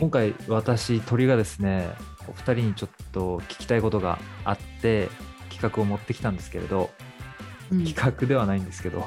今回私鳥がですね、お二人にちょっと聞きたいことがあって企画を持ってきたんですけれど、企画ではないんですけど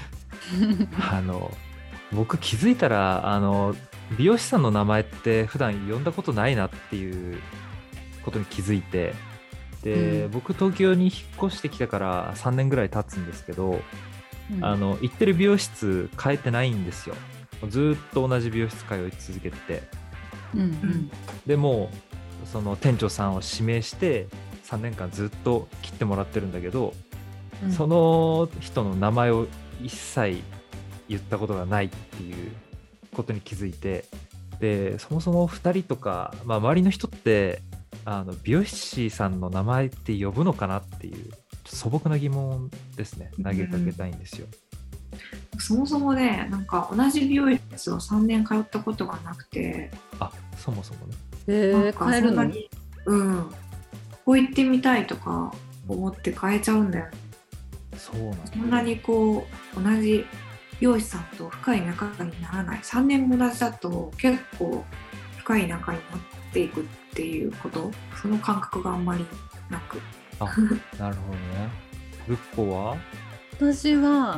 僕気づいたら美容師さんの名前って普段呼んだことないなっていうことに気づいて、で、僕東京に引っ越してきてから3年ぐらい経つんですけど、行ってる美容室変えてないんですよ。ずっと同じ美容室通い続けてて、でもうその店長さんを指名して3年間ずっと切ってもらってるんだけど、その人の名前を一切言ったことがないっていうことに気づいて、でそもそも2人とか、周りの人って美容師さんの名前って呼ぶのかなっていう素朴な疑問ですね、投げかけたいんですよ。 そもそもね、なんか同じ美容室を3年通ったことがなくて、 そもそもね。 変えるのに、ここ行ってみたいとか思って変えちゃうんだよね。 そうなんだ。 そんなにこう同じ美容師さんと深い仲にならない。3年も同じだと結構深い仲になっていくっていうこと、その感覚があんまりなく。 なるほどね。ルッコは？ 私は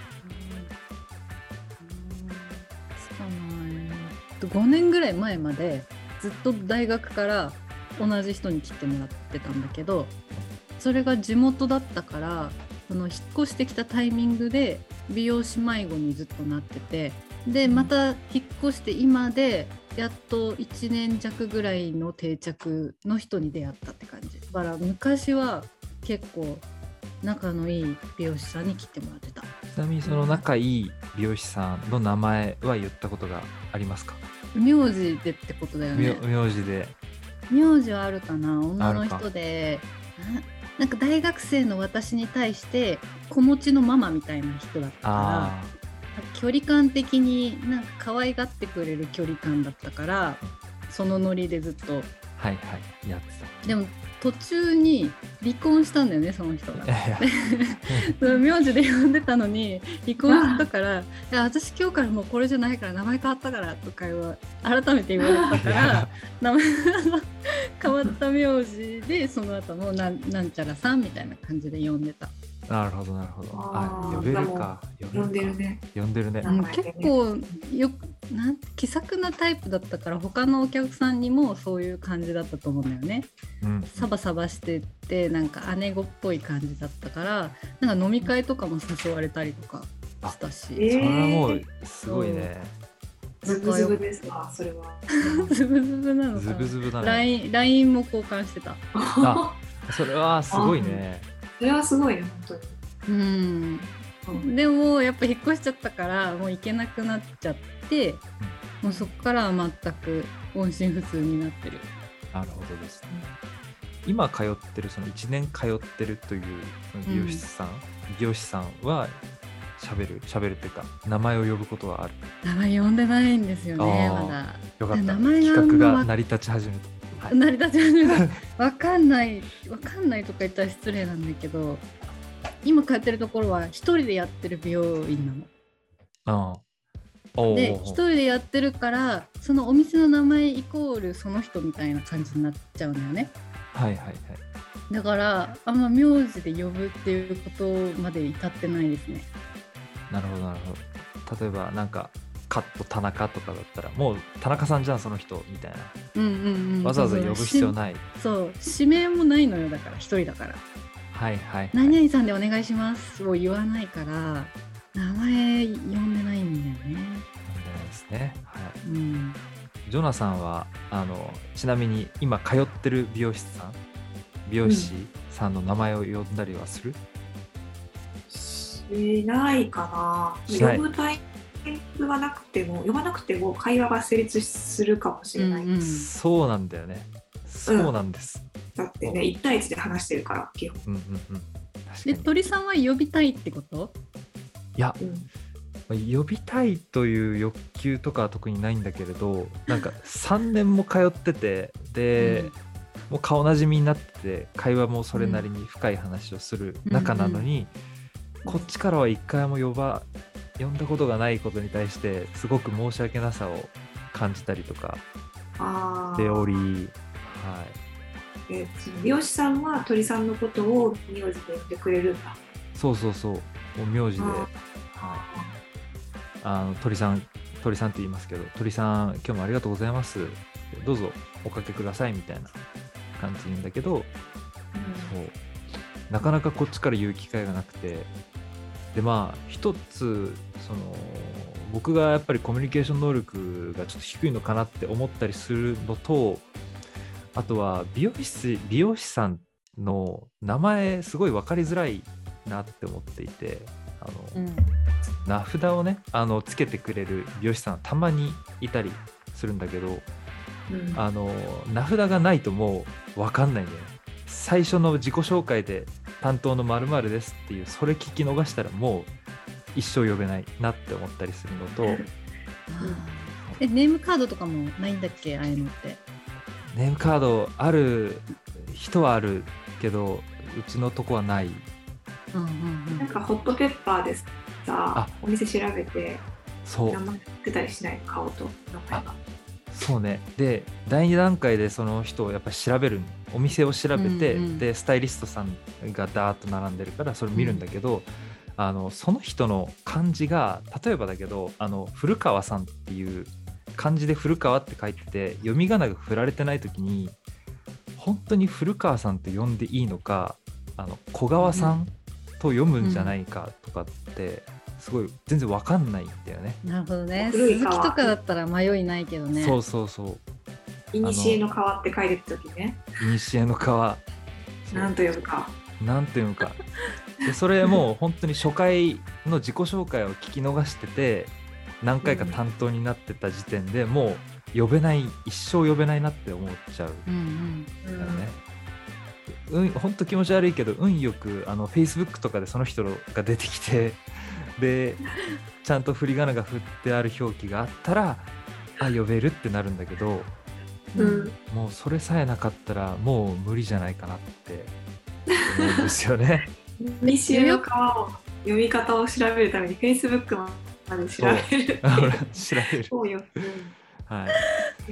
5年ぐらい前までずっと大学から同じ人に切ってもらってたんだけど、それが地元だったから、その引っ越してきたタイミングで美容師迷子にずっとなってて、でまた引っ越して今でやっと1年弱ぐらいの定着の人に出会ったって感じだから、昔は結構仲のいい美容師さんに切ってもらってた。 ちなみにその仲いい美容師さんの名前は言ったことがありますか？ 名字でってことだよね。 名字で。 名字はあるかな。女の人で、なんか大学生の私に対して子持ちのママみたいな人だったから、距離感的になんか可愛がってくれる距離感だったから、そのノリでずっとやってた。 でも途中に離婚したんだよね、その人が。名字で呼んでたのに離婚したから、いや私今日からもうこれじゃないから名前変わったからとか改めて言われたから名前変わった名字で、その後もなんちゃらさんみたいな感じで呼んでた。 なるほど。呼べるか。 呼んでるね。 結構気さくなタイプだったから、他のお客さんにもそういう感じだったと思うんだよね。サバサバしてて、なんか姉子っぽい感じだったから、なんか飲み会とかも誘われたりとかしたし。それはもうすごいね。 ズブズブですか、それは。 ズブズブなのかな。 ズブズブだね。 LINE も交換してた。 それはすごいね。 それはすごいね、本当に。でもやっぱ引っ越しちゃったからもう行けなくなっちゃって、もうそこからは全く音信不通になってる。 なるほどですね。今通ってる、その1年通ってるという美容師さんは喋るっていうか、名前を呼ぶことはある？ 名前呼んでないんですよね、まだ。 よかった。企画が成り立ち始めた。 成り立ち始めた。わかんないとか言ったら失礼なんだけど、今通ってるところは一人でやってる美容院なの。で一人でやってるから、そのお店の名前イコールその人みたいな感じになっちゃうんだよね。だからあんま名字で呼ぶっていうことまで至ってないですね。 なるほど。例えばなんかカット田中とかだったら、もう田中さんじゃんその人みたいな、わざわざ呼ぶ必要ない。 そう指名もないのよ。だから一人だから、何々さんでお願いしますを言わないから、名前呼んでないんだよね。 呼んでないですね。ジョナさんはちなみに今通ってる美容師さんの名前を呼んだりはする？ しないかな。呼ぶタイミングがなくても、呼ばなくても会話が成立するかもしれない。 そうなんだよね。そうなんです。 だってね、1対1で話してるから基本。 で、鳥さんは呼びたいってこと？ いや、呼びたいという欲求とかは特にないんだけれど、なんか3年も通ってて、で、もう顔なじみになってて、会話もそれなりに深い話をする仲なのに、こっちからは一回も呼んだことがないことに対してすごく申し訳なさを感じたりとかており、はい。 その美容師さんは鳥さんのことを名字で呼んでくれるんだ。 そうそうそう。もう名字で、鳥さんって言いますけど、鳥さん今日もありがとうございます。どうぞおかけくださいみたいな感じで言うんだけど、そうなかなかこっちから言う機会がなくて、でまあ一つ僕がやっぱりコミュニケーション能力がちょっと低いのかなって思ったりするのと、あとは美容師さんの名前すごい分かりづらいなって思っていて、名札をねつけてくれる美容師さんたまにいたりするんだけど、名札がないともう分かんないんだよね。最初の自己紹介で担当の〇〇ですっていうそれ聞き逃したらもう一生呼べないなって思ったりするのと、 ネームカードとかもないんだっけ、ああいうのって。 ネームカードある人はあるけどうちのとこはない。 なんかホットペッパーでさ、お店調べてそう名前出たりしない、顔と名前が。 そうね。で第2段階でその人をやっぱり調べる、お店を調べて、でスタイリストさんがダーッと並んでるからそれ見るんだけど、その人の漢字が例えばだけど古川さんっていう漢字で古川って書いてて読み仮名が振られてない時に本当に古川さんと呼んでいいのか小川さんと読むんじゃないかとかってすごい全然わかんないんだよね。 なるほどね。鈴木とかだったら迷いないけどね。 そうそうそう。 いにしえの川って書いてる時ね。 いにしえの川。 なんと読むか。 なんと読むか。でそれもう本当に初回の自己紹介を聞き逃してて何回か担当になってた時点でもう呼べない、一生呼べないなって思っちゃう。だよね。本当気持ち悪いけど運よくFacebook とかでその人が出てきてでちゃんと振り仮名が振ってある表記があったら呼べるってなるんだけど、もうそれさえなかったらもう無理じゃないかなって思うんですよね。 西江の川を読み方を調べるために Facebook まで調べる調べるそうよ、 はい、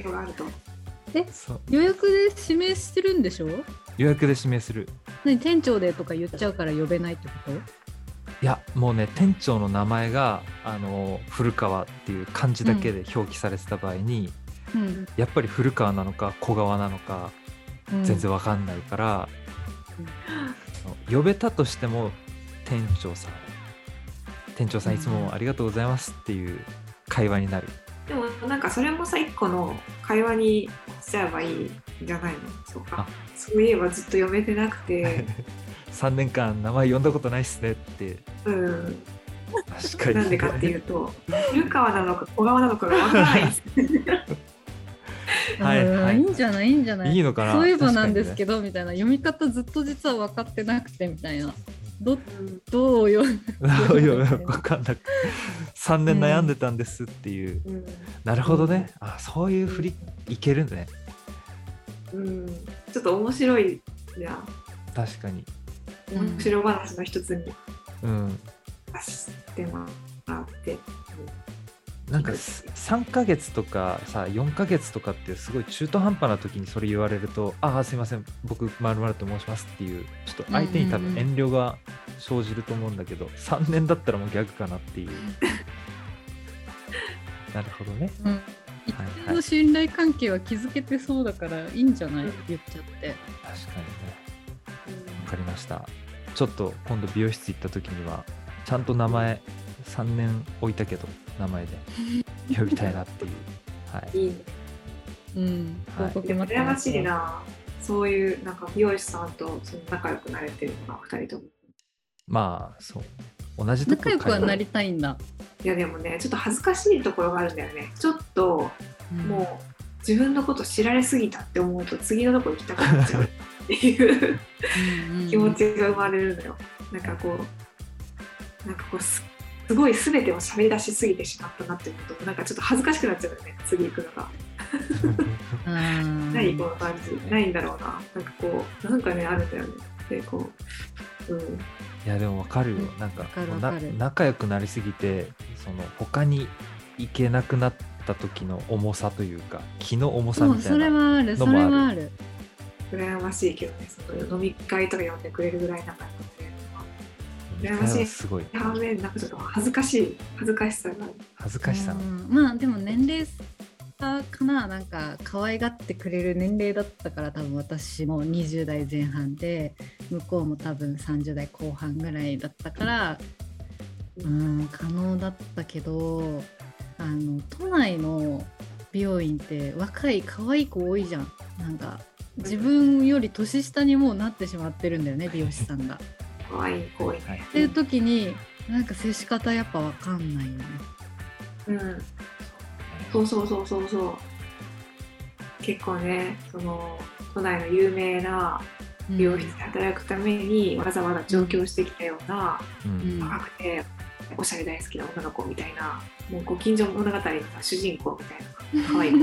があると予約で指名してるんでしょ？ 予約で指名する。 店長でとか言っちゃうから呼べないってこと？ いやもうね、店長の名前が古川っていう漢字だけで表記されてた場合に、やっぱり古川なのか小川なのか全然わかんないから、呼べたとしても店長さんいつもありがとうございますっていう会話になる。 でもなんかそれもさ一個の会話にしちゃえばいいんじゃないの？そうか、そういえばずっと読めてなくて 3年間名前呼んだことないっすねって。確かに。 なんでかっていうと古川なのか小川なのかがわからないですいいんじゃないいいんじゃない。 いいのかな。 そういえばなんですけど、みたいな、読み方ずっと実は分かってなくてみたいな、どう読む分かんなく3年悩んでたんですっていう、なるほどね、そういう振りいけるね。 ちょっと面白いじゃん。 確かに面白話の一つに出してもらって、 なんか3ヶ月とかさ4ヶ月とかってすごい中途半端な時にそれ言われると、すいません僕〇〇と申しますっていう、ちょっと相手に多分遠慮が生じると思うんだけど、3年だったらもうギャグかなっていうなるほどね、 一定の信頼関係は築けてそうだからいいんじゃない、言っちゃって。 確かにね、わかりました。ちょっと今度美容室行った時にはちゃんと名前3年置いたけど名前で呼びたいなっていう。 いいね。羨ましいな。そういうなんか美容師さんと仲良くなれてるのが2人とも。 まあそう、同じとこ仲良くはなりたいんだ。 いやでもね、ちょっと恥ずかしいところがあるんだよね。ちょっともう自分のこと知られすぎたって思うと次のとこ行きたくなっちゃうっていう気持ちが生まれるのよ。なんかこうすごい全てを喋り出しすぎてしまったなって思うと、なんかちょっと恥ずかしくなっちゃうよね、次行くのが。何この感じ、ないんだろうな。なんかこう、なんかね、あるんだよね。で、こう、いやでも分かるよ。なんか仲良くなりすぎて、他に行けなくなっった時の重さというか気の重さそうそれみたいなはあるそのもあるれはある。 羨ましいけどね、その飲み会とか呼んでくれるぐらい仲良くて羨ましいすごい反面なんかちょっと恥ずかしさがある。 恥ずかしさの、 まあでも年齢差かな、なんか可愛がってくれる年齢だったから、多分私も20代前半で向こうも多分30代後半ぐらいだったから可能だったけど、都内の美容院って若い可愛い子多いじゃん。なんか自分より年下にもうなってしまってるんだよね、美容師さんが。 可愛い子多いはいっていう時になんか接し方やっぱ分かんないよね。 そう結構ね、その都内の有名な美容室で働くためにわざわざ上京してきたような、若くておしゃれ大好きな女の子みたいな、もうご近所物語の主人公みたいな可愛い子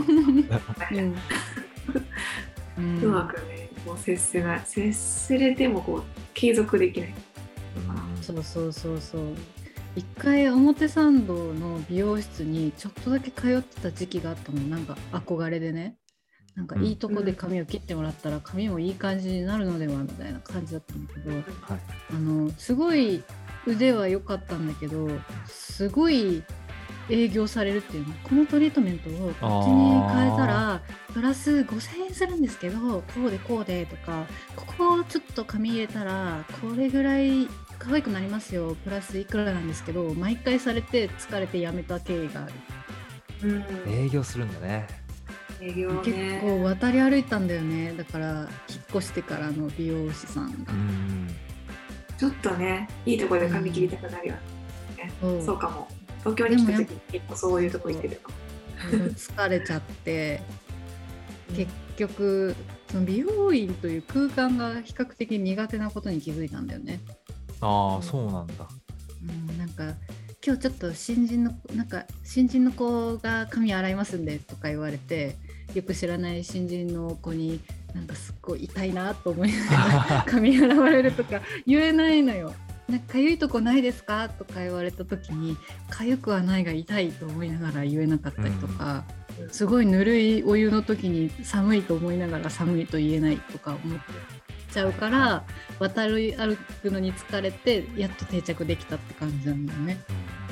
うまくね、もう接せれてもこう継続できない。 そう一回表参道の美容室にちょっとだけ通ってた時期があったの。なんか憧れでね、なんかいいとこで髪を切ってもらったら髪もいい感じになるのではみたいな感じだったんだけど、すごい腕は良かったんだけど、すごい営業されるっていうの。このトリートメントをこっちに変えたらプラス5000円するんですけど、こうでとか、ここをちょっと髪入れたらこれぐらい可愛くなりますよ、プラスいくらなんですけど、毎回されて疲れて辞めた経緯がある。 営業するんだね。 営業ね、 結構渡り歩いたんだよね。だから引っ越してからの美容師さんが、 ちょっとね、いいところで髪切りたくなるよね。そうかも。東京に来た時に結構そういうとこ行ってるの。 疲れちゃって結局その美容院という空間が比較的苦手なことに気づいたんだよね。 そうなんだ。 なんか今日ちょっと新人の子が髪洗いますんでとか言われて、よく知らない新人の子になんかすっごい痛いなと思いながら髪洗われるとか言えないのよ。なんかかゆいとこないですかとか言われた時に、かゆくはないが痛いと思いながら言えなかったりとか、すごいぬるいお湯の時に寒いと思いながら寒いと言えないとか思っちゃうから、渡り歩くのに疲れてやっと定着できたって感じなんだよね。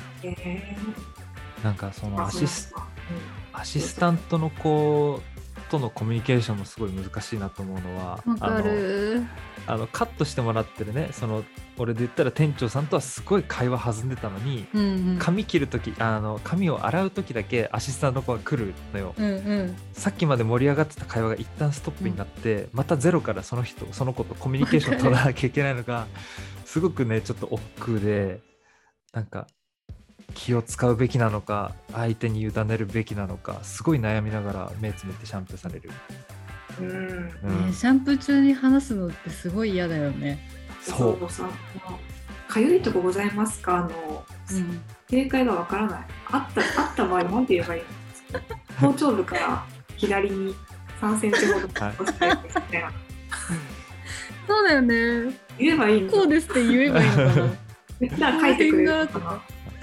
なんかそのアシスタントの子とのコミュニケーションもすごい難しいなと思うのは、 わかる。 カットしてもらってるね、その俺で言ったら店長さんとはすごい会話弾んでたのに、髪切るとき髪を洗うときだけアシスタントの子が来るのよ、さっきまで盛り上がってた会話が一旦ストップになって、またゼロからその子とコミュニケーション取らなきゃいけないのがすごくねちょっと億劫で、なんか気を使うべきなのか相手に委ねるべきなのかすごい悩みながら目つめてシャンプーされる。 シャンプー中に話すのってすごい嫌だよね。 そうさ、かゆいとこございますか正解がわからない。あった場合なんて言えばいいんですか。頭頂部から左に3センチほど押したいみたいな。 そうだよね。 言えばいいの。 こうですって言えばいいのかな。 じゃあ書いてくれるのかな。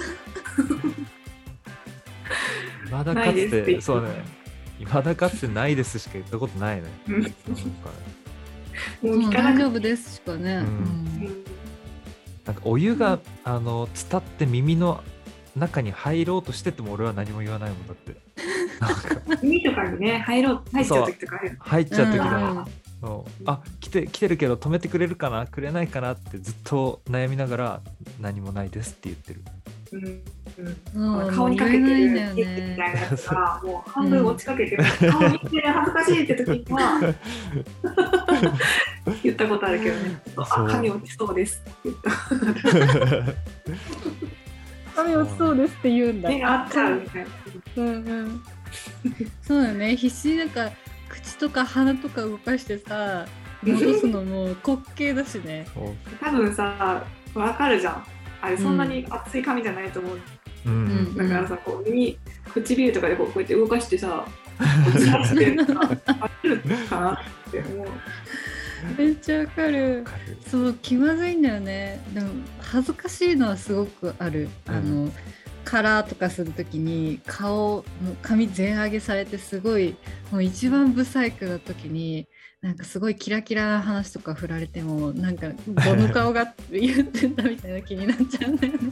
まだかつてそうね。まだかつてないですしか言ったことないね。 もう大丈夫ですしかね。 なんかお湯が伝って耳の中に入ろうとしてても俺は何も言わないもんだって。 耳とかにね入っちゃう時とかある。 入っちゃう時だ。来てるけど止めてくれるかなくれないかなってずっと悩みながら何もないですって言ってる。 顔にかけてるみたいなやつがもう半分落ちかけてる、顔見て恥ずかしいって時は言ったことあるけどね。髪落ちそうですって言った。 髪落ちそうですって言うんだ。 目が合っちゃうみたいな。 そうだね。必死になんか口とか鼻とか動かしてさ戻すのも滑稽だしね。 多分さ分かるじゃん。あれそんなに厚い髪じゃないと思う。だからさこう唇とかでこうやって動かしてさ落ち出してあるかなって思う。 めっちゃわかる。そう気まずいんだよね。でも恥ずかしいのはすごくある。 カラーとかするときに顔の髪全上げされてすごいもう一番ブサイクな時になんかすごいキラキラな話とか振られてもなんかどの顔が言ってんだみたいな気になっちゃうんだよね。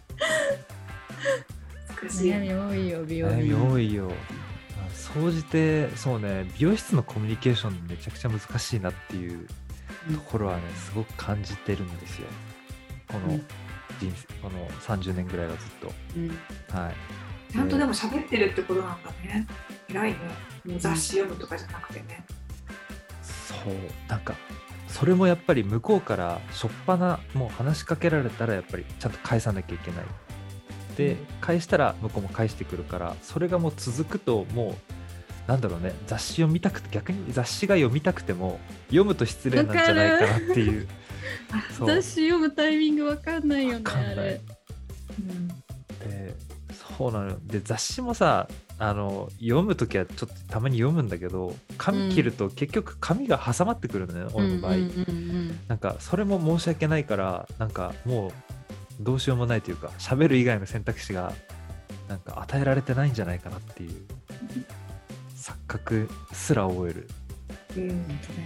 悩み多いよ美容悩み院。 多いよ。総じてそうね、美容室のコミュニケーションめちゃくちゃ難しいなっていうところはねすごく感じてるんですよ。この人生、この30年ぐらいはずっと。はい。 ちゃんとでも喋ってるってことなんだね。偉いね。もう雑誌読むとかじゃなくてね。 そうなんかそれもやっぱり向こうからしょっぱなもう話しかけられたらやっぱりちゃんと返さなきゃいけない。で返したら向こうも返してくるから、それがもう続くともうなんだろうね、雑誌読みたくて、逆に雑誌が読みたくても読むと失礼なんじゃないかなっていう。 雑誌読むタイミングわかんないよね。 わかんない。 あれ。 でそうなのよ。で雑誌もさ読むときはちょっとたまに読むんだけど、紙切ると結局紙が挟まってくるのよ、俺の場合。なんかそれも申し訳ないから、なんかもうどうしようもないというか、喋る以外の選択肢がなんか与えられてないんじゃないかなっていう錯覚すら覚える。 本当だよね。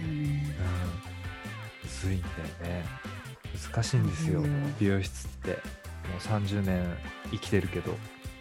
むずいんだよね。難しいんですよ、美容室って。もう30年生きてるけど。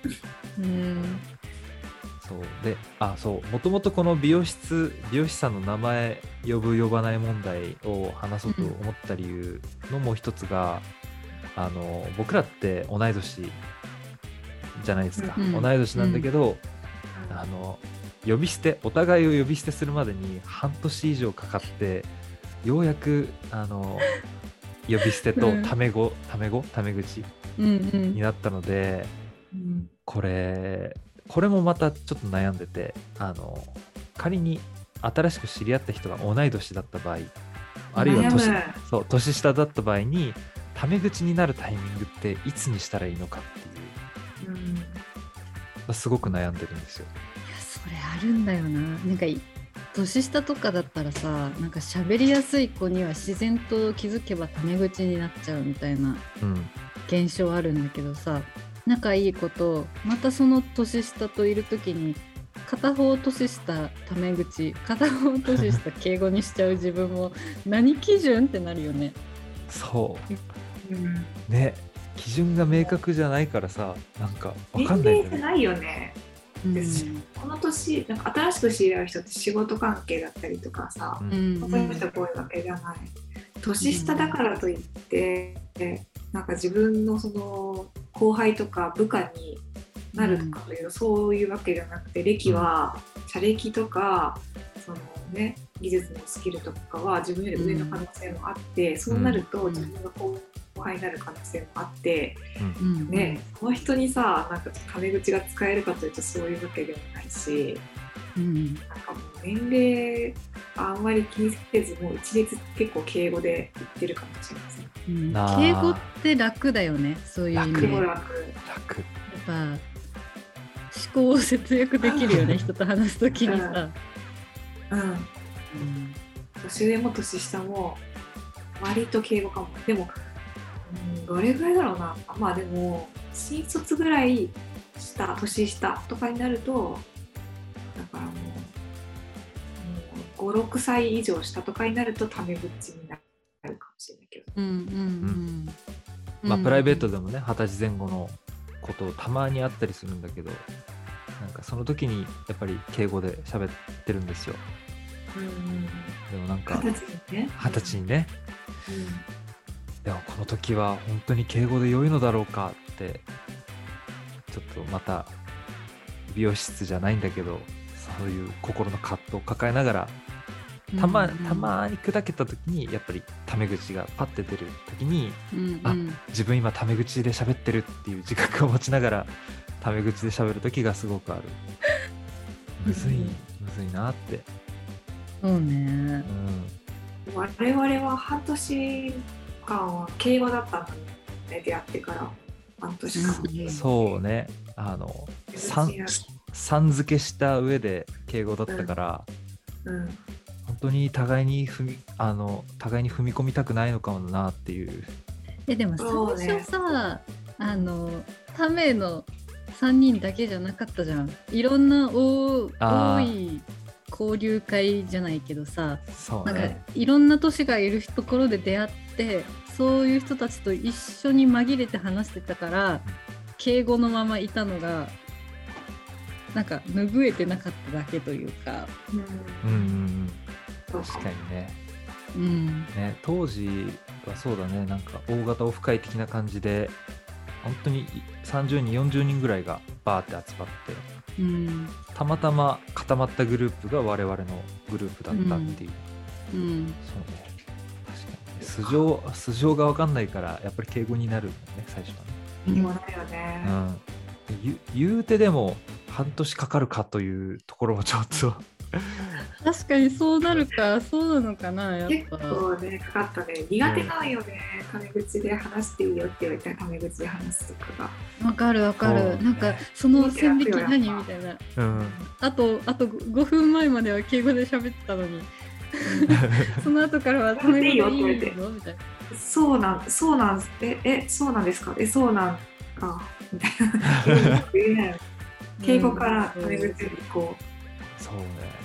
そうで、そうもともとこの美容師さんの名前呼ぶ呼ばない問題を話そうと思った理由のもう一つが、僕らって同い年じゃないですか。同い年なんだけど、呼び捨て、お互いを呼び捨てするまでに半年以上かかって、ようやく呼び捨てとタメ口になったので、これもまたちょっと悩んでて、仮に新しく知り合った人が同い年だった場合、あるいは年下だった場合にタメ口になるタイミングっていつにしたらいいのかっていう、すごく悩んでるんですよ。 いやそれあるんだよな。なんか年下とかだったらさ、なんか喋りやすい子には自然と気づけばタメ口になっちゃうみたいな現象あるんだけどさ、仲いい子とまたその年下といるときに片方年下タメ口、片方年下敬語にしちゃう自分も何基準ってなるよね。 そうね、基準が明確じゃないからさ、なんか分かんないんだよね。 年齢じゃないよね。この年、なんか新しく知り合う人って仕事関係だったりとかさ、この人はこういうわけじゃない。年下だからといって、なんか自分のその後輩とか部下になるとかという、そういうわけじゃなくて、歴は社歴とかそのね、技術のスキルとかは自分より上の可能性もあって、そうなると自分が後輩になる可能性もあって、ね、この人にさ、なんかタメ口が使えるかというとそういうわけでもないし、なんかもう年齢あんまり気にせず、もう一律結構敬語で言ってるかもしれません。 敬語って楽だよね、そういう意味で。 楽。 やっぱ思考を節約できるよね人と話すときにさ。 年上も年下も割と敬語かも。でも、どれぐらいだろうな。まあでも新卒ぐらい年下とかになると、だからもう5、6歳以上下とかになるとタメ口になるかもしれないけど、 プライベートでもね、20歳前後のことをたまにあったりするんだけど、なんかその時にやっぱり敬語で喋ってるんですよ。でもなんか20歳にね、でもこの時は本当に敬語で良いのだろうかって、ちょっとまた美容室じゃないんだけど、そういう心の葛藤を抱えながら、たまに砕けた時にやっぱりタメ口がパッて出る時に、自分今タメ口で喋ってるっていう自覚を持ちながらタメ口で喋る時がすごくある。むずいなって。 そうね、 我々は半年間は敬語だったんだね、出会ってから半年間。 そうね、さん付けした上で敬語だったから、本当に互いに踏み込みたくないのかもなっていう。 でも最初さ、タメの 3人だけじゃなかったじゃん。いろんな多い交流会じゃないけどさ、 そうなんかね。 いろんな年がいるところで出会って、そういう人たちと一緒に紛れて話してたから、敬語のままいたのがなんか拭えてなかっただけというか、 うんうんうん。 そう確かにね。 うんね、当時はそうだね、なんか大型オフ会的な感じで、本当に30人、40人ぐらいがバーって集まって、 うんたまたま固まったグループが我々のグループだったっていう。 うん、 そうね。確かにね。素性が分かんないから、やっぱり敬語になるんだね、最初はね。 にもなるよね。 言うてでも半年かかるかというところもちょっと確かにそうなるか、そうなのかな、やっ結ぱ。 構ね、かかったね。苦手なんよね。タメ口で話していいよって言われたらタメ口で話すとかが。 わかるわかる、 そうねなんかその線引き何みたいな。 うんあと5分前までは敬語で喋ってたのにその後からはタメ語でいいのみたいな。 そうなん、そうなん、そうなんですか、そうなんか、みたいな。言えないよ。敬語からタメ口にこそうね。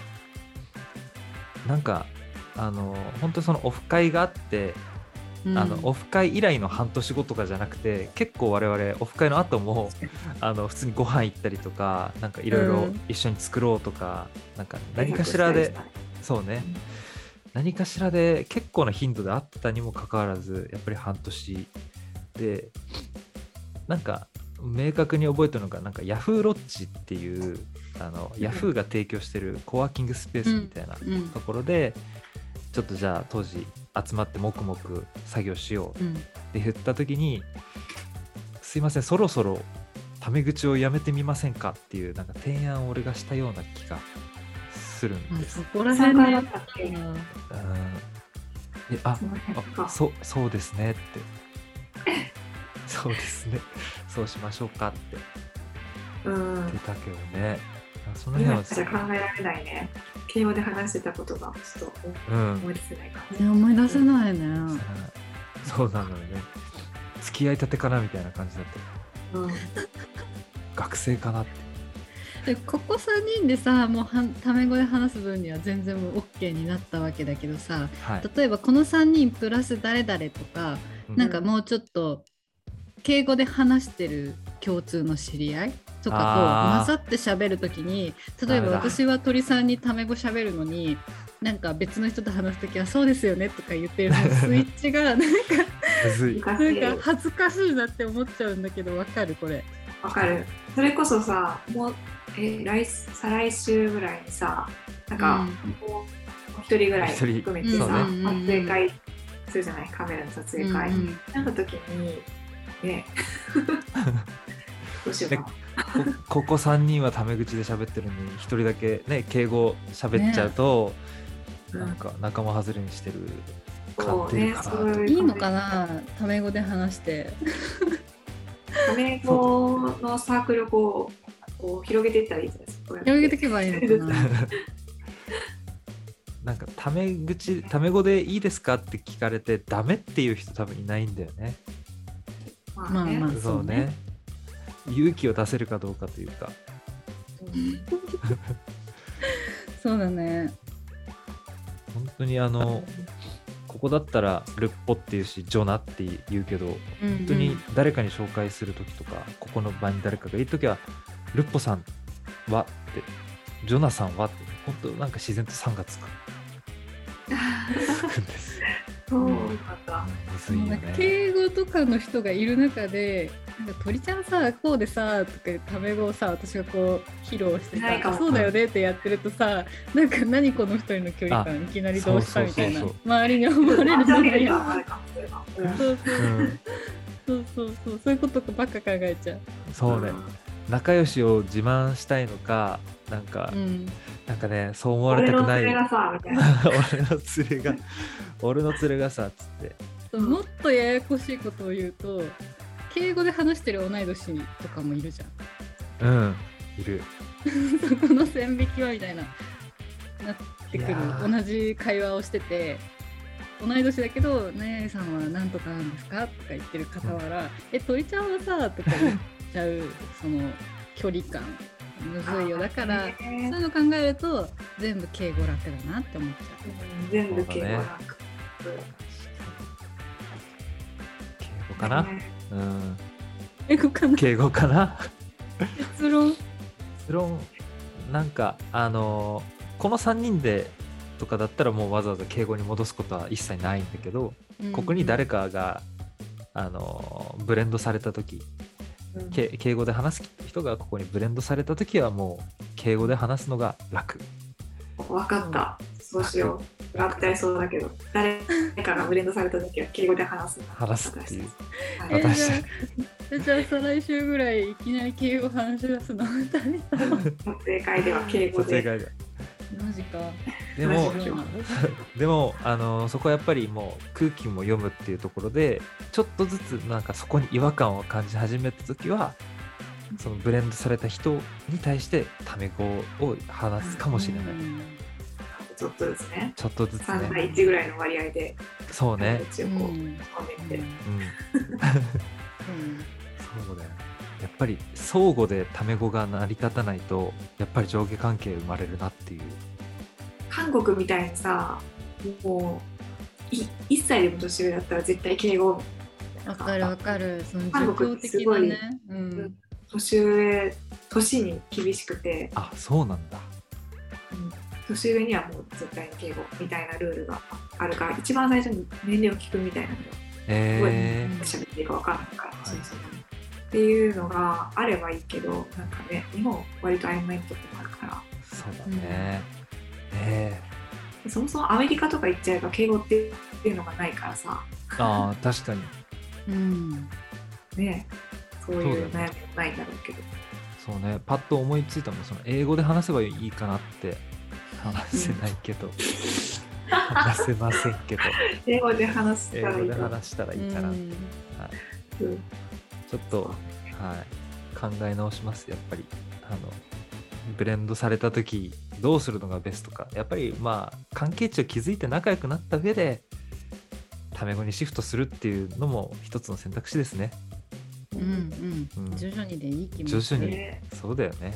なんか本当にそのオフ会があって、オフ会以来の半年後とかじゃなくて、結構我々オフ会の後も普通にご飯行ったりとか、なんかいろいろ一緒に作ろうとか、なんか何かしらで、そうね、何かしらで結構な頻度であったにもかかわらず、やっぱり半年で、なんか明確に覚えてるのが、なんかヤフーロッジっていうヤフーが提供してるコワーキングスペースみたいなところで、ちょっとじゃあ当時集まって黙々作業しようって言った時に、すいません、そろそろタメ口をやめてみませんかっていうなんか提案を俺がしたような気がするんです。 そこら辺ね。 そうですねってそうですね、そうしましょうかって言ってたけどね。その辺はじゃ考えられないね。敬語で話してたことがちょっと思い出せないかも、 思い出せないね。 そうなのよね。付き合いたてかなみたいな感じだった。学生かなって。 でここ3人でさ、もうタメ語で話す分には全然もう OK になったわけだけどさ、はい、例えばこの3人プラス誰々とか、なんかもうちょっと敬語で話してる共通の知り合いとかと混ざって喋るときに、例えば私は鳥さんにタメ語喋るのに、なんか別の人と話すときはそうですよねとか言ってるスイッチがなんか恥ずかしいなって思っちゃうんだけど、わかるこれ？ わかる。それこそさ、もう再来週ぐらいにさ、なんか、もう一人ぐらい含めてさ、撮影会するじゃない、カメラの撮影会。なった時にねどうしようかな。 ここ3人はタメ口で喋ってるのに1人だけね敬語喋っちゃうと、なんか仲間外れにしてる感じるかな。 いいのかな、タメ語で話してタメ語のサークルをこう広げていったらいいじゃないですか。 広げていけばいいのかななんかタメ語でいいですかって聞かれてダメっていう人多分いないんだよね。 まあそうね。勇気を出せるかどうかというかそうだね。 本当にここだったらルッポっていうしジョナって言うけど、本当に誰かに紹介するときとか、ここの場に誰かがいるときはルッポさんはってジョナさんはって、本当なんか自然とさんがつくんですそうなんだ。 むずいよね。 敬語とかの人がいる中で、なんか鳥ちゃんさこうでさとかタメ語をさ、私がこう披露してさ、そうだよねってやってるとさ、なんか何この人の距離感いきなりどうしたみたいな周りに思われるじゃないや。そういうことばっか考えちゃう。 そうね。仲良しを自慢したいのか、なんかね、そう思われたくない。俺の連れがさっつって。 もっとややこしいことを言うと、敬語で話してる同い年とかもいるじゃん。 いる。 そこの線引きはみたいななってくる。同じ会話をしてて、同い年だけど、何々さんは何とかなんですかとか言ってる傍ら、鳥ちゃんはさとか言っちゃうその距離感むずいよ。だからねそういうの考えると全部敬語楽だなって思っちゃ全部敬語楽。 敬語かな、 ねうん、 う。敬語かな。 敬語かな結論。 結論なんかこの3人でとかだったらもうわざわざ敬語に戻すことは一切ないんだけど、ここに誰かがブレンドされた時、敬語で話す人がここにブレンドされた時はもう敬語で話すのが楽。 分かった、そうしよう。合体そうだけど、誰かがブレンドされた時は敬語で話すっていう。 はい、 私じゃあ再来週ぐらいいきなり敬語話し出すの撮影会では敬語で。 マジか。 でもそこはやっぱりもう空気も読むっていうところでちょっとずつなんかそこに違和感を感じ始めた時はそのブレンドされた人に対してタメ語を話すかもしれない。 ちょっとずつね。 ちょっとずつね。 3対1ぐらいの割合で。 そうね。 こう込めて。 そうだよ。やっぱり相互でタメ語が成り立たないとやっぱり上下関係生まれるなっていう。 韓国みたいにさ、もう1歳でも年上だったら絶対敬語。 わかるわかる。その韓国ってすごい、年上、年に厳しくて。 あ、そうなんだ。 年上にはもう絶対に敬語みたいなルールがあるから一番最初に年齢を聞くみたいなのよ。喋っていいか分かんないから、っていうのがあればいいけど、なんかね、日本割と曖昧なとこもあるから。 そうだね。 そもそもアメリカとか行っちゃえば敬語っていうのがないからさ。 ああ、確かに。 ね、そういう悩みもないんだろうけど。 そうね、パッと思いついたもん、その英語で話せばいいかなって話せないけど、話せませんけど。 英語で話したらいい。 英語で話したらいいかな。はい。ちょっと、はい、考え直します。やっぱりブレンドされた時どうするのがベストか。やっぱりまあ関係値を築いて仲良くなった上でタメ語にシフトするっていうのも一つの選択肢ですね。 徐々にでいい気も徐々に、そうだよね。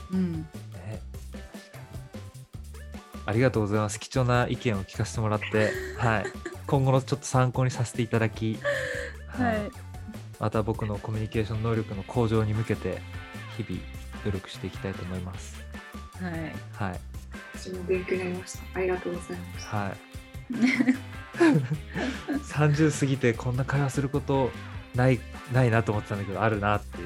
ありがとうございます。貴重な意見を聞かせてもらって、はい、今後のちょっと参考にさせていただき、はい、また僕のコミュニケーション能力の向上に向けて日々努力していきたいと思います。はい。 私も勉強になりました。ありがとうございます。 はい。30過ぎてこんな会話することないなと思ってたんだけど、あるなっていう。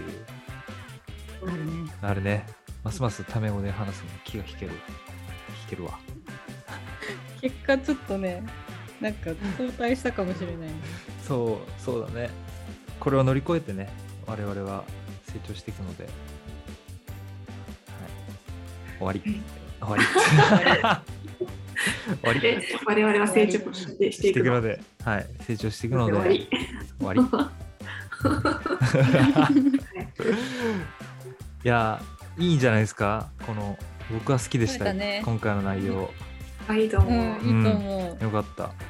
あるね。ますますタメ語で話すの気が引けるわ。 結果ちょっとね、なんか後退したかもしれない、ね。 そうだね。これを乗り越えてね、我々は成長していくので、はい、終わり。終わり。 我々は成長していくので、はい、成長していくので、終わり。いや、いいんじゃないですか。僕は好きでした、今回の内容。 いいと思う。 いいと思う。 よかった。